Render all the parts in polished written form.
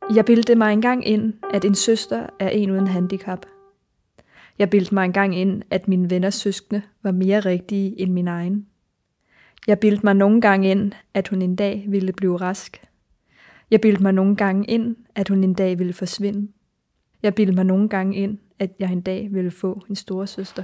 Jeg bildte mig engang ind, at en søster er en uden handicap. Jeg bildte mig engang ind, at mine venners søskende var mere rigtige end min egen. Jeg bildte mig nogle gange ind, at hun en dag ville blive rask. Jeg bildte mig nogle gange ind, at hun en dag ville forsvinde. Jeg bildte mig nogle gange ind, at jeg en dag ville få en store søster.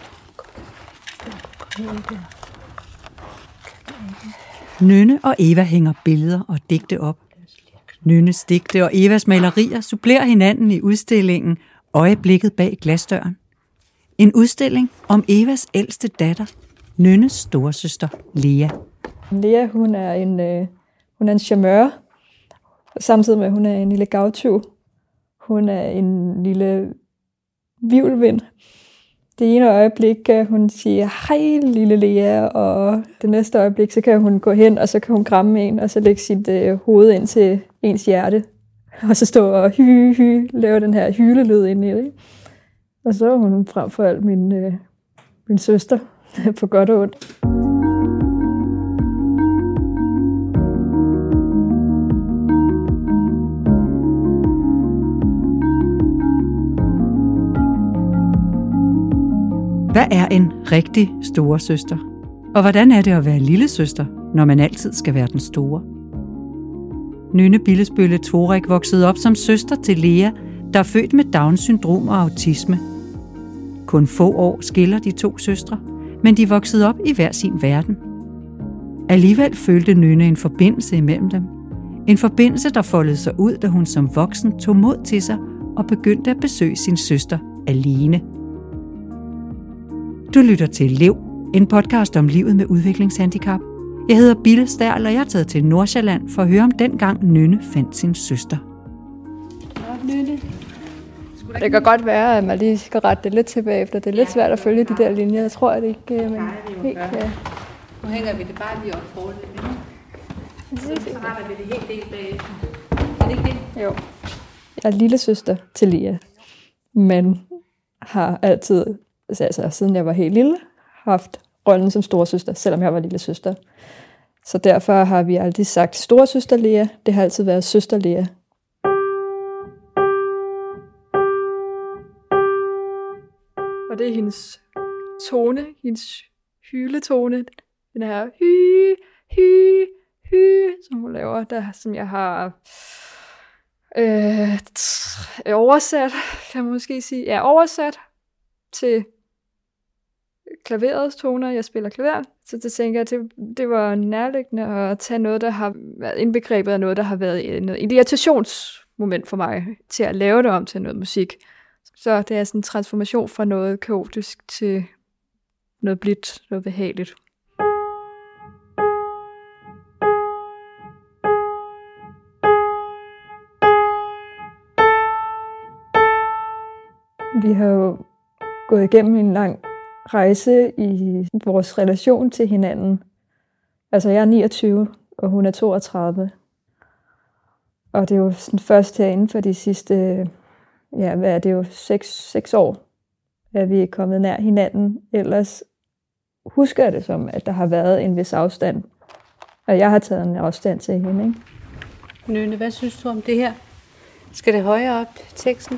Nynne og Eva hænger billeder og digte op. Nynnes digte og Evas malerier supplerer hinanden i udstillingen Øjeblikket bag glasdøren. En udstilling om Evas ældste datter, Nynnes storesøster Lea. Lea, hun er en charmeur, samtidig med, at hun er en lille gavtyv. Hun er en lille hvirvelvind. Det ene øjeblik kan hun sige, hej lille Lea, og det næste øjeblik, så kan hun gå hen, og så kan hun kramme en, og så lægge sit hoved ind til ens hjerte, og så stå og lave den her hylelyd ind i det. Og så er hun frem for alt min søster, på godt og ondt. Hvad er en rigtig storesøster? Og hvordan er det at være lillesøster, når man altid skal være den store? Nynne Billesbølle Torik voksede op som søster til Lea, der er født med Down-syndrom og autisme. Kun få år skiller de to søstre, men de voksede op i hver sin verden. Alligevel følte Nynne en forbindelse imellem dem. En forbindelse, der foldede sig ud, da hun som voksen tog mod til sig og begyndte at besøge sin søster alene. Du lytter til Lev, en podcast om livet med udviklingshandicap. Jeg hedder Bille Stærl, og jeg er taget til Nordsjælland for at høre om dengang Nynne fandt sin søster. Det kan godt være, at man lige skal rette det lidt tilbage, for det er lidt svært at følge de der linjer. Jeg tror, at det ikke man helt kan. Nu hænger vi det bare lige op for det. Så retter vi det helt del bagefter. Er det ikke det? Jo. Jeg er lille søster til Lea, men har altid, altså siden jeg var helt lille, haft rollen som storesøster, selvom jeg var lille søster. Så derfor har vi altid sagt storesøster Lea. Det har altid været søster Lea. Og det er hendes tone, hendes hyletone. Den her hy, som hun laver, som jeg har oversat, kan man måske sige. Ja, oversat til klaverets toner. Jeg spiller klaver, så det tænker jeg, det var nærliggende at tage noget, der har været indbegrebet af noget, der har været noget irritationsmoment for mig, til at lave det om til noget musik. Så det er sådan en transformation fra noget kaotisk til noget blidt, noget behageligt. Vi har jo gået igennem en lang rejse i vores relation til hinanden. Altså jeg er 29, og hun er 32. Og det er jo sådan først her inden for de sidste, ja, hvad er det jo, 6 år, at vi er kommet nær hinanden. Ellers husker jeg det som, at der har været en vis afstand. Og jeg har taget en afstand til hende, ikke? Nynne, hvad synes du om det her? Skal det højere op, teksten?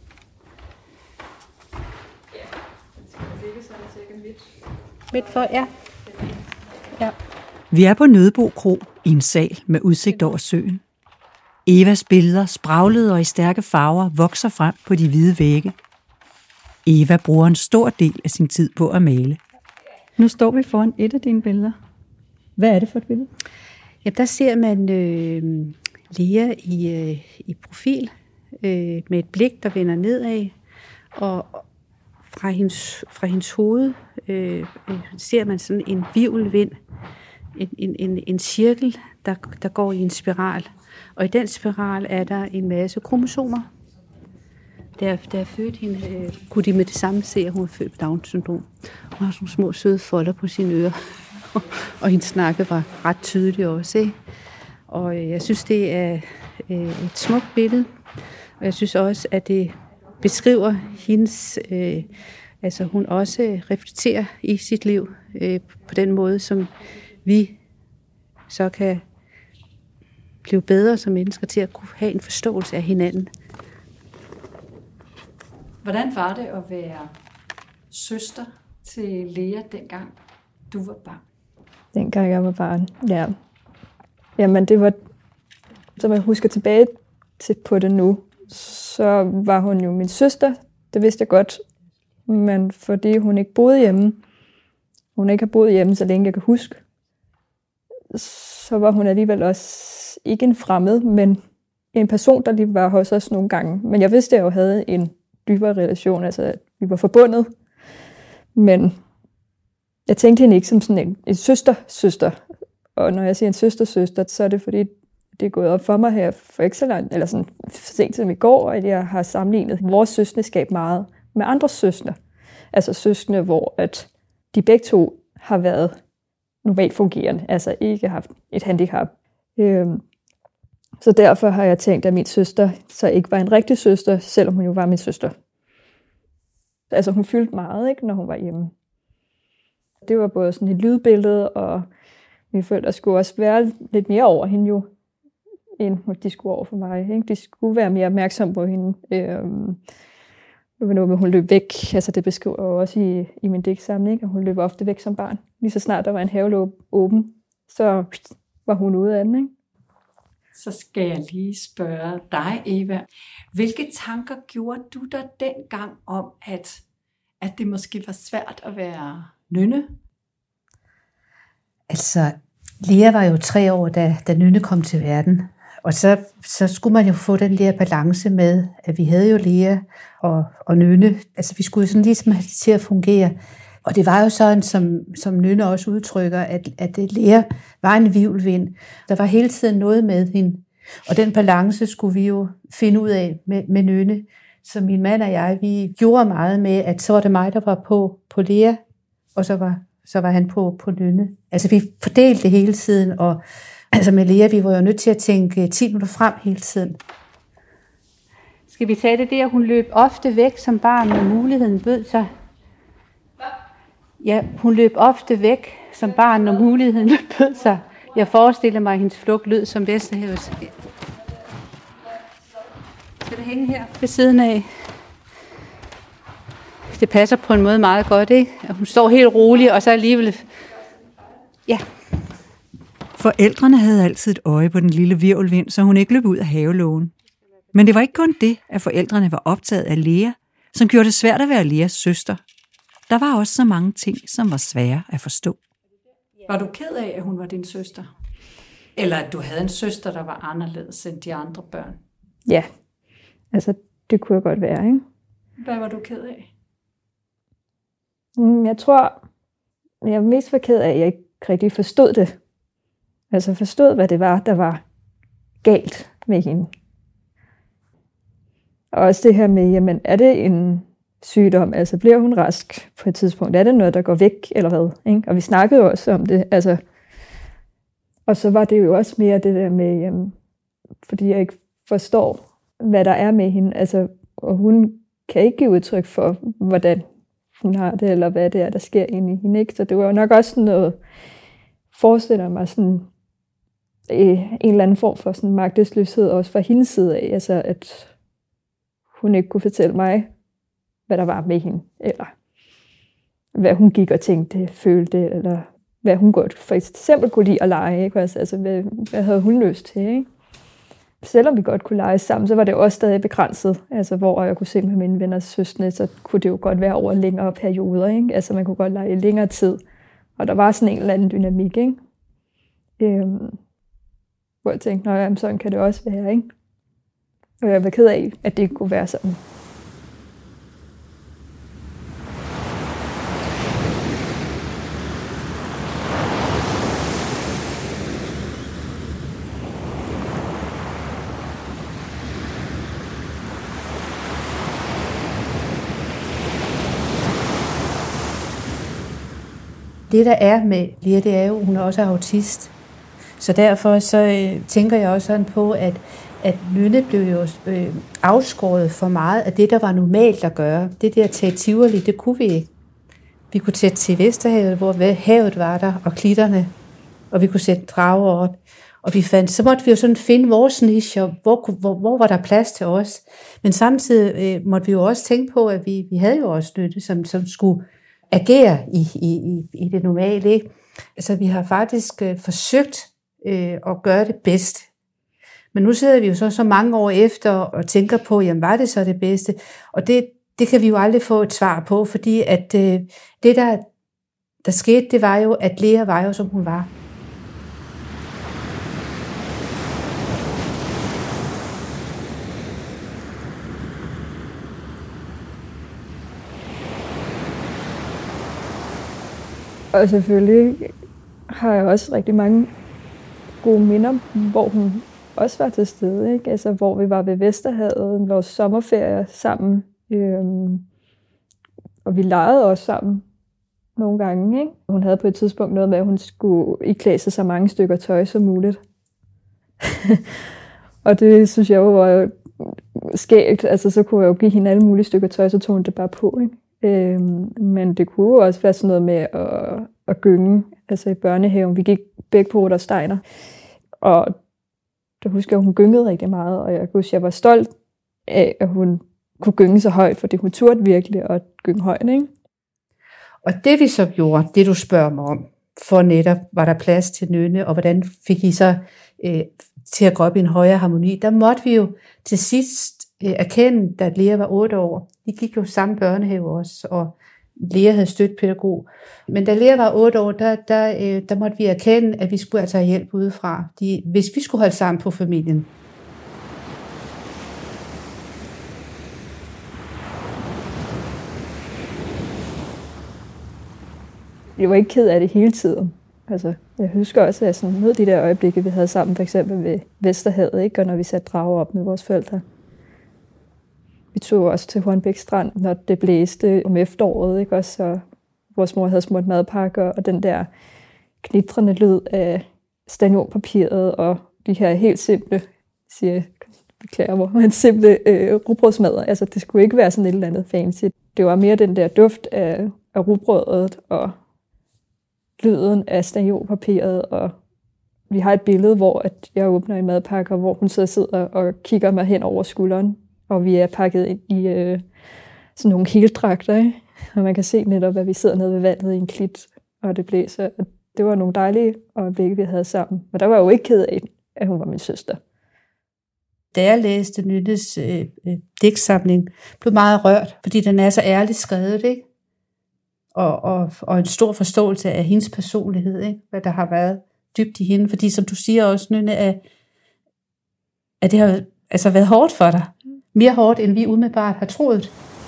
Midt for, ja. Vi er på Nødebo Kro i en sal med udsigt over søen. Evas billeder, spraglede og i stærke farver, vokser frem på de hvide vægge. Eva bruger en stor del af sin tid på at male. Nu står vi foran et af dine billeder. Hvad er det for et billede? Ja, der ser man Lea i profil med et blik, der vender nedad, og fra hendes hoved ser man sådan en hvirvelvind, en cirkel, der går i en spiral. Og i den spiral er der en masse kromosomer. Da jeg fødte hende, kunne de med det samme se, at hun var født med Down-syndrom. Hun har sådan små søde folder på sine ører, og hendes snakke var ret tydelig også. Ikke? Og jeg synes, det er et smukt billede, og jeg synes også, at det beskriver hendes, altså hun også reflekterer i sit liv på den måde, som vi så kan blive bedre som mennesker, til at kunne have en forståelse af hinanden. Hvordan var det at være søster til Lea, dengang du var barn? Dengang jeg var barn, ja. Jamen, det var, som jeg husker tilbage på det nu, så var hun jo min søster. Det vidste jeg godt. Men fordi hun ikke boede hjemme, hun ikke har boet hjemme, så længe jeg kan huske, så var hun alligevel også ikke en fremmed, men en person, der lige var hos os nogle gange. Men jeg vidste, at jeg jo havde en dybere relation, altså at vi var forbundet. Men jeg tænkte hende ikke som sådan en søster. Og når jeg siger en søster, så er det fordi, det er gået op for mig her for ikke så langt, eller sådan for sent som i går, at jeg har sammenlignet vores søskendeskab meget med andre søskende. Altså søskende, hvor at de begge to har været normalt fungerende, altså ikke haft et handicap. Så derfor har jeg tænkt, at min søster så ikke var en rigtig søster, selvom hun jo var min søster. Altså hun fyldte meget, ikke, når hun var hjemme. Det var både sådan et lydbillede, og mine forældre skulle også være lidt mere over hende jo, end de skulle over for mig. Ikke? De skulle være mere opmærksomme på hende. Det var noget med, hun løb væk. Altså det beskriver jeg også i min digtsamling, og hun løb ofte væk som barn. Lige så snart der var en havelåg åben, så var hun ude af den. Ikke? Så skal jeg lige spørge dig, Eva. Hvilke tanker gjorde du der dengang om, at det måske var svært at være nynne? Altså, Lea var jo 3 år, da Nynne kom til verden. Og så skulle man jo få den der balance med, at vi havde jo Lea og Nynne. Altså, vi skulle jo sådan ligesom have det til at fungere. Og det var jo sådan, som Nynne også udtrykker, at Lea var en hvirvelvind. Der var hele tiden noget med hende. Og den balance skulle vi jo finde ud af med Nynne. Så min mand og jeg, vi gjorde meget med, at så var det mig, der var på Lea, og så var han på Nynne. Altså vi fordelte det hele tiden, og altså med Lea, vi var jo nødt til at tænke 10 minutter frem hele tiden. Skal vi tage det der, hun løb ofte væk som barn, når muligheden bød sig? Ja, hun løb ofte væk som barn, når muligheden bød sig. Jeg forestiller mig, at hendes flugt lød som Vesterhavets. Skal det hænge her ved siden af? Det passer på en måde meget godt, ikke? Hun står helt rolig, og så alligevel... Ja. Forældrene havde altid et øje på den lille hvirvelvind, så hun ikke løb ud af havelågen. Men det var ikke kun det, at forældrene var optaget af Lea, som gjorde det svært at være Leas søster. Der var også så mange ting, som var svære at forstå. Var du ked af, at hun var din søster? Eller at du havde en søster, der var anderledes end de andre børn? Ja, altså det kunne jeg godt være, ikke? Hvad var du ked af? Jeg tror, jeg var mest ked af, at jeg ikke rigtig forstod det. Altså forstod, hvad det var, der var galt med hende. Og også det her med, jamen er det en sygdom? Altså bliver hun rask på et tidspunkt? Er det noget, der går væk, eller hvad? Ikke? Og vi snakkede jo også om det. Altså, og så var det jo også mere det der med, jamen, fordi jeg ikke forstår, hvad der er med hende. Altså, og hun kan ikke give udtryk for, hvordan hun har det, eller hvad det er, der sker inde i hende. Ikke? Så det var jo nok også noget, forestiller mig sådan en eller anden form for sådan magtesløshed også fra hendes side af. Altså, at hun ikke kunne fortælle mig, hvad der var med hende, eller hvad hun gik og tænkte, følte, eller hvad hun godt for eksempel kunne lide at lege. Ikke? Altså, hvad havde hun lyst til, ikke? Selvom vi godt kunne lege sammen, så var det også stadig begrænset. Altså, hvor jeg kunne se med mine venners søskende, så kunne det jo godt være over længere perioder. Ikke? Altså, man kunne godt lege i længere tid. Og der var sådan en eller anden dynamik, ikke? Hvor jeg tænkte, jamen, sådan kan det også være, ikke? Og jeg var ked af, at det ikke kunne være sådan. Det, der er med Lea, det er jo, hun er også autist. Så derfor så tænker jeg også sådan på, at Nynne blev jo afskåret for meget af det, der var normalt at gøre. Det der tage Tivoli, det kunne vi ikke. Vi kunne tage til Vesterhavet, hvor havet var der, og klitterne, og vi kunne sætte drager op. Og så måtte vi jo sådan finde vores niche, og hvor var der plads til os. Men samtidig måtte vi jo også tænke på, at vi havde jo også Nynne, som skulle agere i det normale. Ikke? Altså vi har faktisk forsøgt at gøre det bedste. Men nu sidder vi jo så mange år efter og tænker på, jamen var det så det bedste? Og det kan vi jo aldrig få et svar på, fordi at det der skete, det var jo, at Lea var jo, som hun var. Og selvfølgelig har jeg også rigtig mange gode minder, hvor hun også var til stede, ikke? Altså, hvor vi var ved Vesterhavet, vores sommerferie sammen, og vi legede også sammen nogle gange, ikke? Hun havde på et tidspunkt noget med, at hun skulle iklæde sig så mange stykker tøj som muligt. Og det synes jeg jo var skægt. Altså, så kunne jeg jo give hende alle mulige stykker tøj, så tog hun det bare på, ikke? Men det kunne også være sådan noget med at gynge, altså i børnehaven. Vi gik begge på Rudolf Steiner, og der husker jeg, at hun gyngede rigtig meget, og jeg husker, jeg var stolt af, at hun kunne gynge så højt, fordi hun turde virkelig at gynge højt, ikke? Og det vi så gjorde, det du spørger mig om, for netop var der plads til Nynne, og hvordan fik I så til at gå op i en højere harmoni, der måtte vi jo til sidst erkende, da Lea var 8 år. De gik jo samme børnehave også, og Lea havde støttepædagog. Men da Lea var 8 år, der måtte vi erkende, at vi skulle altså have hjælp udefra, hvis vi skulle holde sammen på familien. Jeg var ikke ked af det hele tiden. Altså, jeg husker også, at jeg sådan nød de der øjeblikke, vi havde sammen, for eksempel ved Vesterhavet, ikke? Og når vi satte drager op med vores forældre. Vi tog også til Hornbæk Strand, når det blæste om efteråret, ikke? Også, så vores mor havde smurt madpakker, og den der knitrende lyd af stanionpapiret, og de her helt simple, beklager mig, men simple rugbrødsmadder. Altså, det skulle ikke være sådan et eller andet fancy. Det var mere den der duft af rugbrødet, og lyden af stanionpapiret, og vi har et billede, hvor at jeg åbner en madpakke, hvor hun sidder og kigger mig hen over skulderen, og vi er pakket ind i sådan nogle heldragter, ikke? Og man kan se netop, at vi sidder nede ved vandet i en klit, og det blæser. Og det var nogle dejlige øjeblikke, vi havde sammen. Og der var jeg jo ikke ked af, at hun var min søster. Da jeg læste Nynnes digtsamling, blev meget rørt, fordi den er så ærligt skrevet, ikke? Og en stor forståelse af hendes personlighed, ikke? Hvad der har været dybt i hende. Fordi som du siger også, Nynne, at det har altså været hårdt for dig. Mere hårdt, end vi umiddelbart har troet.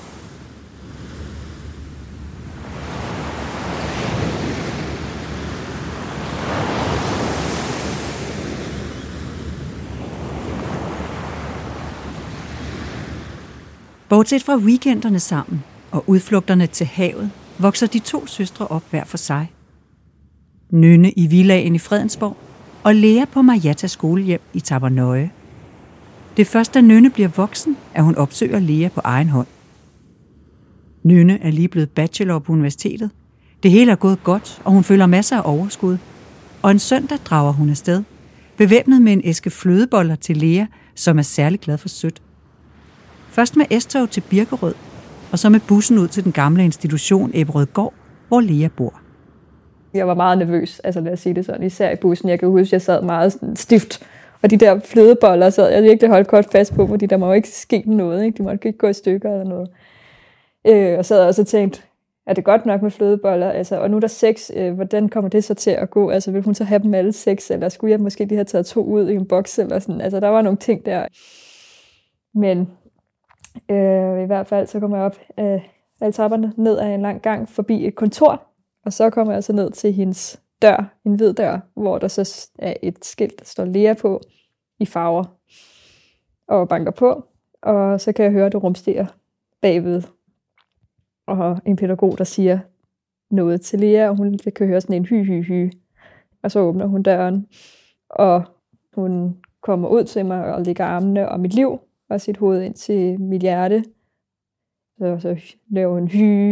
Bortset fra weekenderne sammen og udflugterne til havet, vokser de 2 søstre op hver for sig. Nynne i villaen i Fredensborg og Lea på Mariattas skolehjem i Tabernøje. Det er først, da Nynne bliver voksen, at hun opsøger Lea på egen hånd. Nynne er lige blevet bachelor på universitetet. Det hele er gået godt, og hun føler masser af overskud. Og en søndag drager hun afsted, bevæbnet med en æske flødeboller til Lea, som er særlig glad for sødt. Først med S-tog til Birkerød, og så med bussen ud til den gamle institution Ebberødgård, hvor Lea bor. Jeg var meget nervøs, altså lad os sige det sådan, især i bussen. Jeg kan huske, at jeg sad meget sådan stift, og de der flødeboller sad jeg virkelig holdt godt fast på, fordi der må jo ikke ske noget, ikke? De måtte ikke gå i stykker eller noget. Og sad også og tænkte, er det godt nok med flødeboller? Altså, og nu er der 6, hvordan kommer det så til at gå? Altså, vil hun så have dem alle 6, eller skulle jeg måske lige have taget 2 ud i en boks, eller sådan? Altså, der var nogle ting der. Men i hvert fald, så kommer jeg op alle trapperne ned ad en lang gang forbi et kontor, og så kommer jeg så ned til hendes dør, en hvid dør, hvor der så er et skilt, der står Lea på i farver, og banker på, og så kan jeg høre, at det rumsterer bagved, og en pædagog, der siger noget til Lea, og hun kan høre sådan en hy, og så åbner hun døren, og hun kommer ud til mig og lægger armene om mit liv, og sit hoved ind til mit hjerte. Så laver hun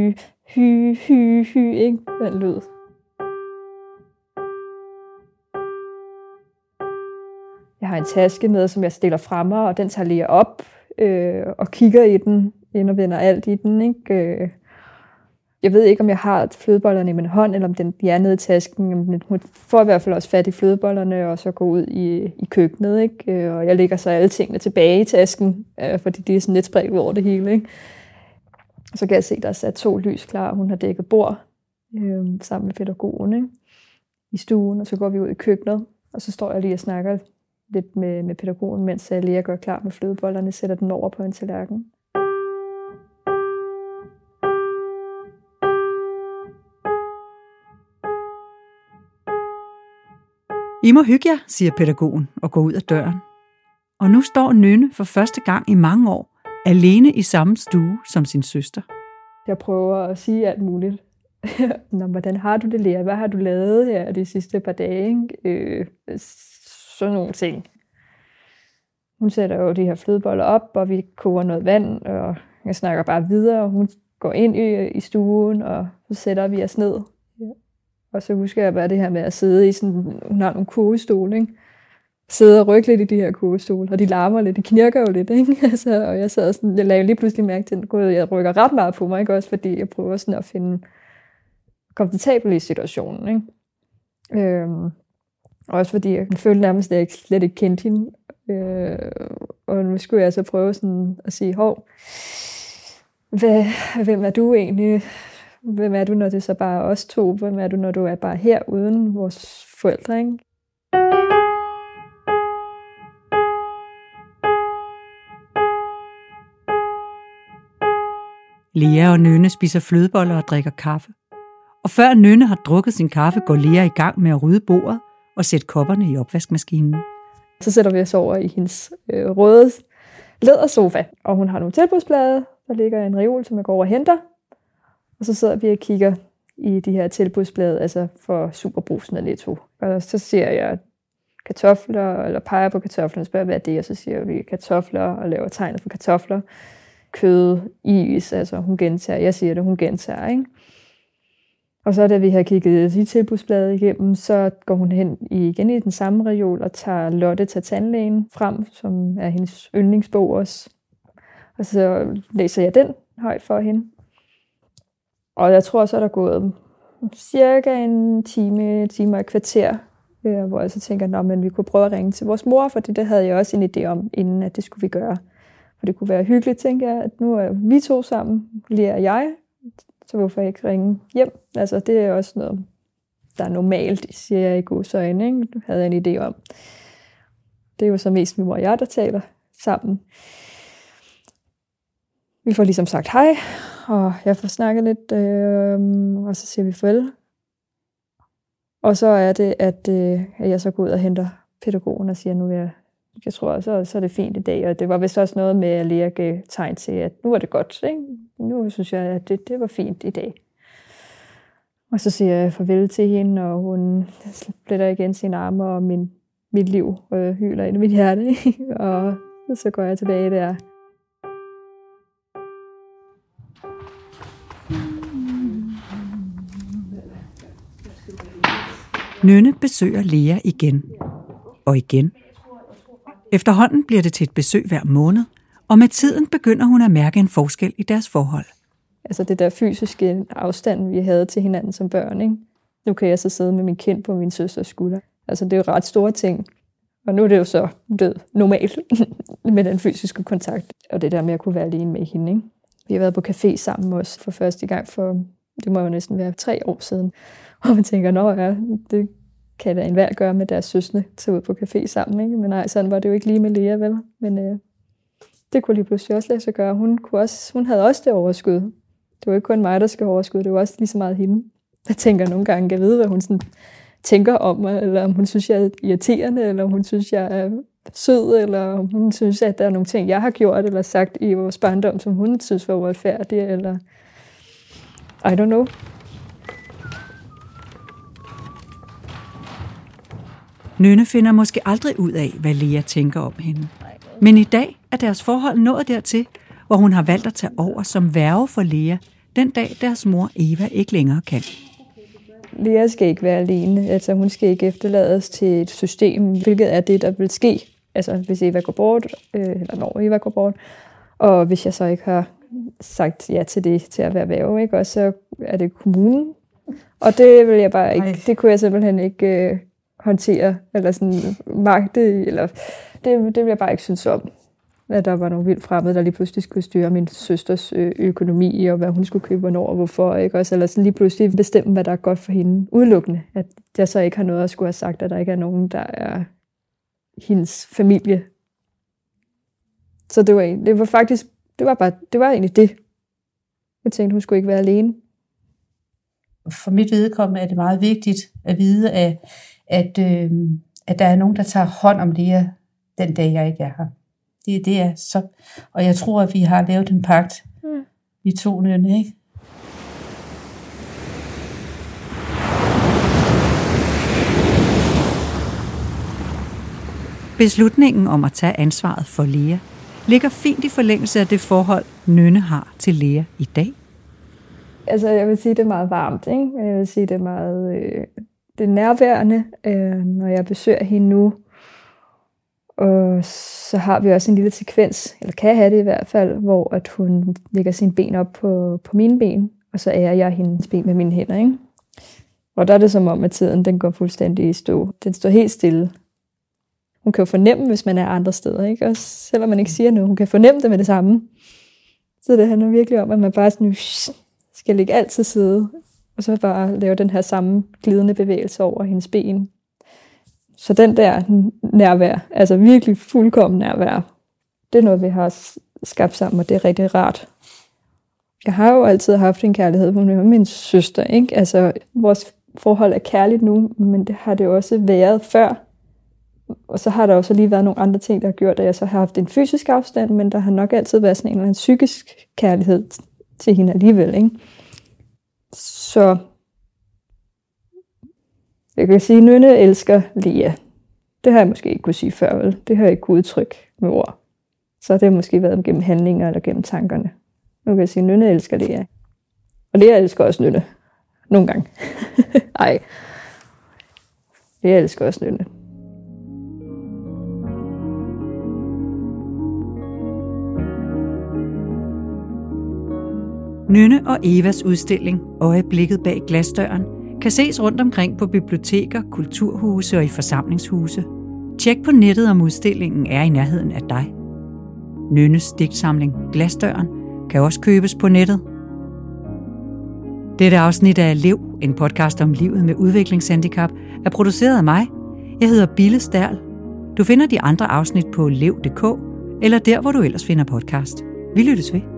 hy, ikke? Den lyd. Jeg har en taske med, som jeg stiller fremme, og den tager Lea op og kigger i den, indvender alt i den. Ikke? Jeg ved ikke, om jeg har flødebollerne i min hånd, eller om de er nede i tasken. Hun får i hvert fald også fat i flødebollerne, og så går ud i køkkenet. Ikke? Og jeg lægger så alle tingene tilbage i tasken, fordi de er sådan lidt spredt over det hele. Ikke? Og så kan jeg se, at der er sat 2 lys klar. Hun har dækket bord sammen med pædagogen, ikke? I stuen, og så går vi ud i køkkenet. Og så står jeg lige og snakker lidt med pædagogen, mens Lea gør klar med flødebollerne, sætter den over på en tallerken. I må hygge jer, siger pædagogen og går ud af døren. Og nu står Nynne for første gang i mange år alene i samme stue som sin søster. Jeg prøver at sige alt muligt. Nå, hvordan har du det, Lea? Hvad har du lavet her de sidste par dage? Sådan nogle ting. Hun sætter jo de her flødeboller op, og vi koger noget vand, og jeg snakker bare videre, og hun går ind i stuen, og så sætter vi os ned. Og så husker jeg bare det her med at sidde i sådan, hun har nogle kogestole, ikke? Sidde og rykke lidt i de her kogestole, og de larmer lidt, de knirker jo lidt, ikke? Altså, og jeg sad sådan, jeg lavede lige pludselig mærke til, at jeg rykker ret meget på mig, ikke? Også fordi jeg prøver sådan at finde komfortabel i situationen, ikke? Også fordi jeg følte nærmest, at jeg slet ikke kendte hende. Og nu skulle jeg så prøve sådan at sige, hvem er du egentlig? Hvem er du, når det er så bare os to? Hvem er du, når du er bare her uden vores forældre, ikke? Lea og Nynne spiser flødeboller og drikker kaffe. Og før Nynne har drukket sin kaffe, går Lea i gang med at rydde bordet og sætte kopperne i opvaskemaskinen. Så sætter vi os over i hendes røde lædersofa, og hun har nogle tilbudsblade. Der ligger en reol, som jeg går over og henter. Og så sidder vi og kigger i de her tilbudsblade, altså for Superbrugsen og Netto. Og så ser jeg kartofler, eller peger på kartoflerne og spørger, hvad er det? Og så siger vi kartofler og laver tegnet for kartofler. Kød, is, altså hun gentager. Jeg siger det, hun gentager, ikke? Og så da vi har kigget de tilbudsblade igennem, så går hun hen igen i den samme reol og tager Lotte til tandlægen frem, som er hendes yndlingsbog også. Og så læser jeg den højt for hende. Og jeg tror så, der er gået cirka en time og et kvarter, hvor jeg så tænker, men vi kunne prøve at ringe til vores mor, for det havde jeg også en idé om, inden at det skulle vi gøre. For det kunne være hyggeligt, tænker jeg, at nu er vi to sammen, Lea og jeg, så hvorfor ikke ringe hjem? Altså, det er også noget, der er normalt, siger jeg i godsøjne, ikke? Det havde jeg en idé om. Det er jo så mest min mor og jeg, der taler sammen. Vi får ligesom sagt hej, og jeg får snakket lidt, og så siger vi farvel. Og så er det, at jeg så går ud og henter pædagogen og siger, nu vil jeg tror, så er det fint i dag. Og det var vist også noget med, at Lea gav tegn til, at nu er det godt. Ikke? Nu synes jeg, at det var fint i dag. Og så siger jeg farvel til hende, og hun splitter igen sine arme, og mit liv hyler ind i mit hjerte. Ikke? Og så går jeg tilbage der. Nynne besøger Lea igen og igen. Efterhånden bliver det til et besøg hver måned, og med tiden begynder hun at mærke en forskel i deres forhold. Altså det der fysiske afstand, vi havde til hinanden som børn, ikke? Nu kan jeg så sidde med min kind på min søsters skulder. Altså det er jo ret store ting. Og nu er det jo så blevet normalt med den fysiske kontakt. Og det der med at kunne være alene med hende, ikke? Vi har været på café sammen også for første gang for, det må jo næsten være 3 år siden. Og man tænker, det kan da enhver gøre med deres søstre, tage ud på café sammen, ikke? Men nej, sådan var det jo ikke lige med Lea, vel? Men det kunne lige pludselig også lade sig gøre. Hun havde også det overskud. Det var ikke kun mig, der skal have overskud, det var også lige så meget hende. Jeg tænker nogle gange, jeg ved, hvad hun sådan tænker om mig, eller om hun synes, jeg er irriterende, eller om hun synes, jeg er sød, eller om hun synes, at der er nogle ting, jeg har gjort eller sagt i vores barndom, som hun synes var uretfærdige, eller I don't know. Nynne finder måske aldrig ud af, hvad Lea tænker om hende. Men i dag er deres forhold nået dertil, hvor hun har valgt at tage over som værge for Lea, den dag deres mor Eva ikke længere kan. Lea skal ikke være alene. Altså, hun skal ikke efterlades til et system, hvilket er det, der vil ske, altså hvis Eva går bort, eller når Eva går bort, og hvis jeg så ikke har sagt ja til det, til at være værge, ikke? Og så er det kommunen, og det vil jeg bare ikke, det kunne jeg simpelthen ikke håndtere, eller sådan magte, eller det vil jeg bare ikke synes om. At der var nogle vildt fremmede, der lige pludselig skulle styre min søsters økonomi, og hvad hun skulle købe, hvornår og hvorfor, ikke? Også, eller sådan lige pludselig bestemme, hvad der er godt for hende, udelukkende. At jeg så ikke har noget at skulle have sagt, at der ikke er nogen, der er hendes familie. Så det var egentlig det. Jeg tænkte, hun skulle ikke være alene. For mit vedkommende er det meget vigtigt at vide, at der er nogen, der tager hånd om det den dag, jeg ikke er her. Det er så, og jeg tror, at vi har lavet en pagt, vi to Nynne, ikke? Beslutningen om at tage ansvaret for Lea ligger fint i forlængelse af det forhold, Nynne har til Lea i dag. Altså, jeg vil sige, det er meget varmt, ikke? Jeg vil sige, det er meget det er nærværende, når jeg besøger hende nu. Og så har vi også en lille sekvens, eller kan have det i hvert fald, hvor at hun lægger sine ben op på mine ben, og så ærer jeg hendes ben med mine hænder, ikke? Og der er det som om, at tiden den går fuldstændig i stå. Den står helt stille. Hun kan jo fornemme, hvis man er andre steder, ikke? Også selvom man ikke siger noget, hun kan fornemme det med det samme. Så det handler virkelig om, at man bare sådan, skal ligge alt til side, og så bare lave den her samme glidende bevægelse over hendes ben. Så den der nærvær, altså virkelig fuldkommen nærvær, det er noget, vi har skabt sammen, og det er rigtig rart. Jeg har jo altid haft en kærlighed for min søster, ikke? Altså, vores forhold er kærligt nu, men det har det også været før. Og så har der også lige været nogle andre ting, der har gjort, at jeg så har haft en fysisk afstand, men der har nok altid været sådan en eller anden psykisk kærlighed til hende alligevel, ikke? Så jeg kan sige, at Nynne elsker Lea. Det har jeg måske ikke kunne sige før, vel? Det har jeg ikke kunne udtrykke med ord. Så det har måske været gennem handlinger eller gennem tankerne. Nu kan jeg sige, at Nynne elsker Lea. Og Lea elsker også Nynne. Nogle gange. Ej. Lea elsker også Nynne. Nynne og Evas udstilling Øjeblikket bag glasdøren kan ses rundt omkring på biblioteker, kulturhuse og i forsamlingshuse. Tjek på nettet, om udstillingen er i nærheden af dig. Nynnes digtsamling Glasdøren kan også købes på nettet. Dette afsnit af Lev, en podcast om livet med udviklingshandicap, er produceret af mig. Jeg hedder Bille Stærl. Du finder de andre afsnit på lev.dk eller der, hvor du ellers finder podcast. Vi lyttes ved.